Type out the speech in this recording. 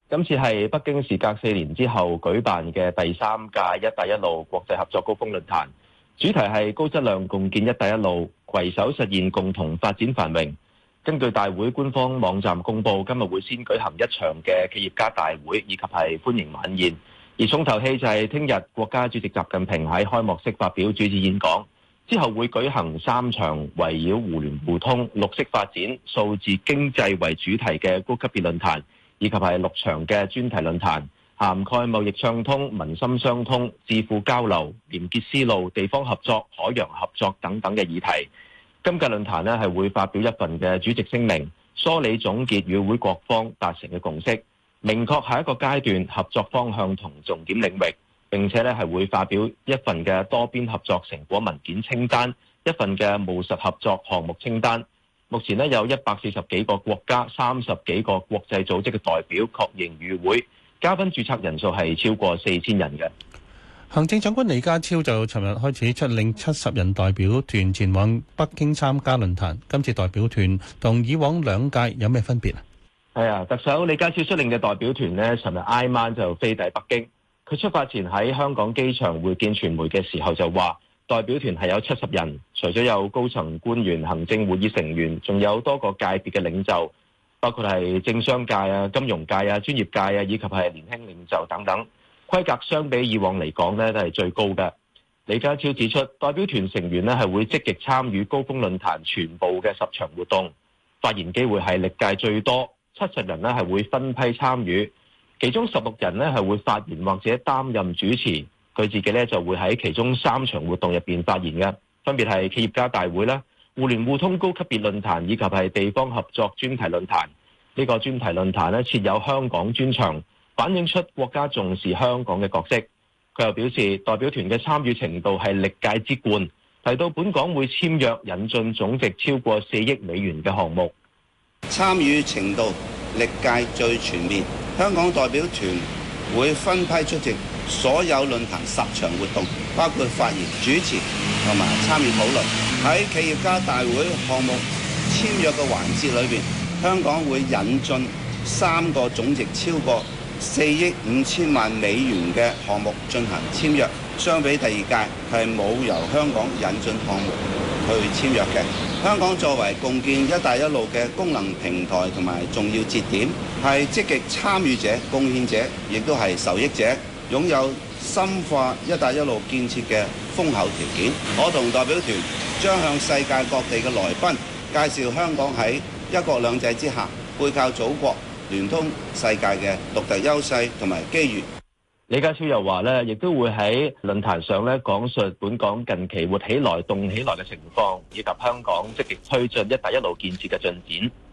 今次係北京時隔4年之後舉辦嘅第3屆一帶一路國際合作高峰論壇，主題係高質量共建一帶一路，攜手實現共同發展繁榮。根據大會官方網站公佈，今日會先舉行一場嘅企業家大會以及係歡迎晚宴，而重頭戲就係聽日國家主席習近平喺開幕式發表主旨演講，之後會舉行3場圍繞互聯互通、綠色發展、數字經濟為主題嘅高級別論壇，以及係6場嘅專題論壇，涵蓋貿易暢通、民心相通、智庫交流、廉潔絲路、地方合作、海洋合作等等嘅議題。今屆論壇係會發表一份嘅主席聲明，梳理總結與會各方達成嘅共識，明確下一個階段合作方向同重點領域。並且係會發表一份嘅多邊合作成果文件清單，一份嘅務實合作項目清單。目前有140幾個國家、30幾個國際組織嘅代表確認與會，嘉賓註冊人數係超過4000人嘅。 行政長官李家超就尋日開始出領70人代表團前往北京參加論壇。今次代表團同以往2屆有咩分別啊？ 係啊，特首李家超率領嘅代表團呢，尋日挨晚就飛抵北京。佢出發前喺香港機場會見傳媒嘅時候就話，代表團係有70人，除咗有高層官員、行政會議成員，仲有多個界別嘅領袖，包括係政商界啊、金融界啊、專業界啊，以及係年輕領袖等等。規格相比以往嚟講呢，都係最高嘅。李家超指出，代表團成員呢係會積極參與高峰論壇全部嘅10場活動，發言機會係歷屆最多，70人呢係會分批參與。其中16人呢係會發言或者擔任主持，佢自己呢就會喺其中3場活動入邊發言嘅，分別係企業家大會啦、互聯互通高級別論壇以及係地方合作專題論壇。呢個專題論壇呢設有香港專場，反映出國家重視香港嘅角色。佢又表示，代表團嘅參與程度係歷屆之冠，提到本港會簽約引進總值超過4億美元嘅項目， 參與程度歷屆最全面。香港代表團會分批出席所有論壇10場活動，包括發言、主持同埋參與討論。喺企業家大會項目簽約嘅環節裏邊，香港會引進3個總值超過4億5千萬美元嘅項目進行簽約，相比第2屆係冇由香港引進項目去簽約嘅。香港作為共建一帶一路嘅功能平台同埋重要節點，係積極參與者、貢獻者，亦都係受益者，擁有深化一帶一路建設嘅豐厚條件。我同代表團將向世界各地嘅來賓介紹香港喺一國兩制之下，背靠祖國、聯通世界嘅獨特優勢同埋機遇。 李家超又話咧，亦都會喺論壇上咧講述本港近期活起來、動起來嘅情況，以及香港積極推進一帶一路建設嘅進展。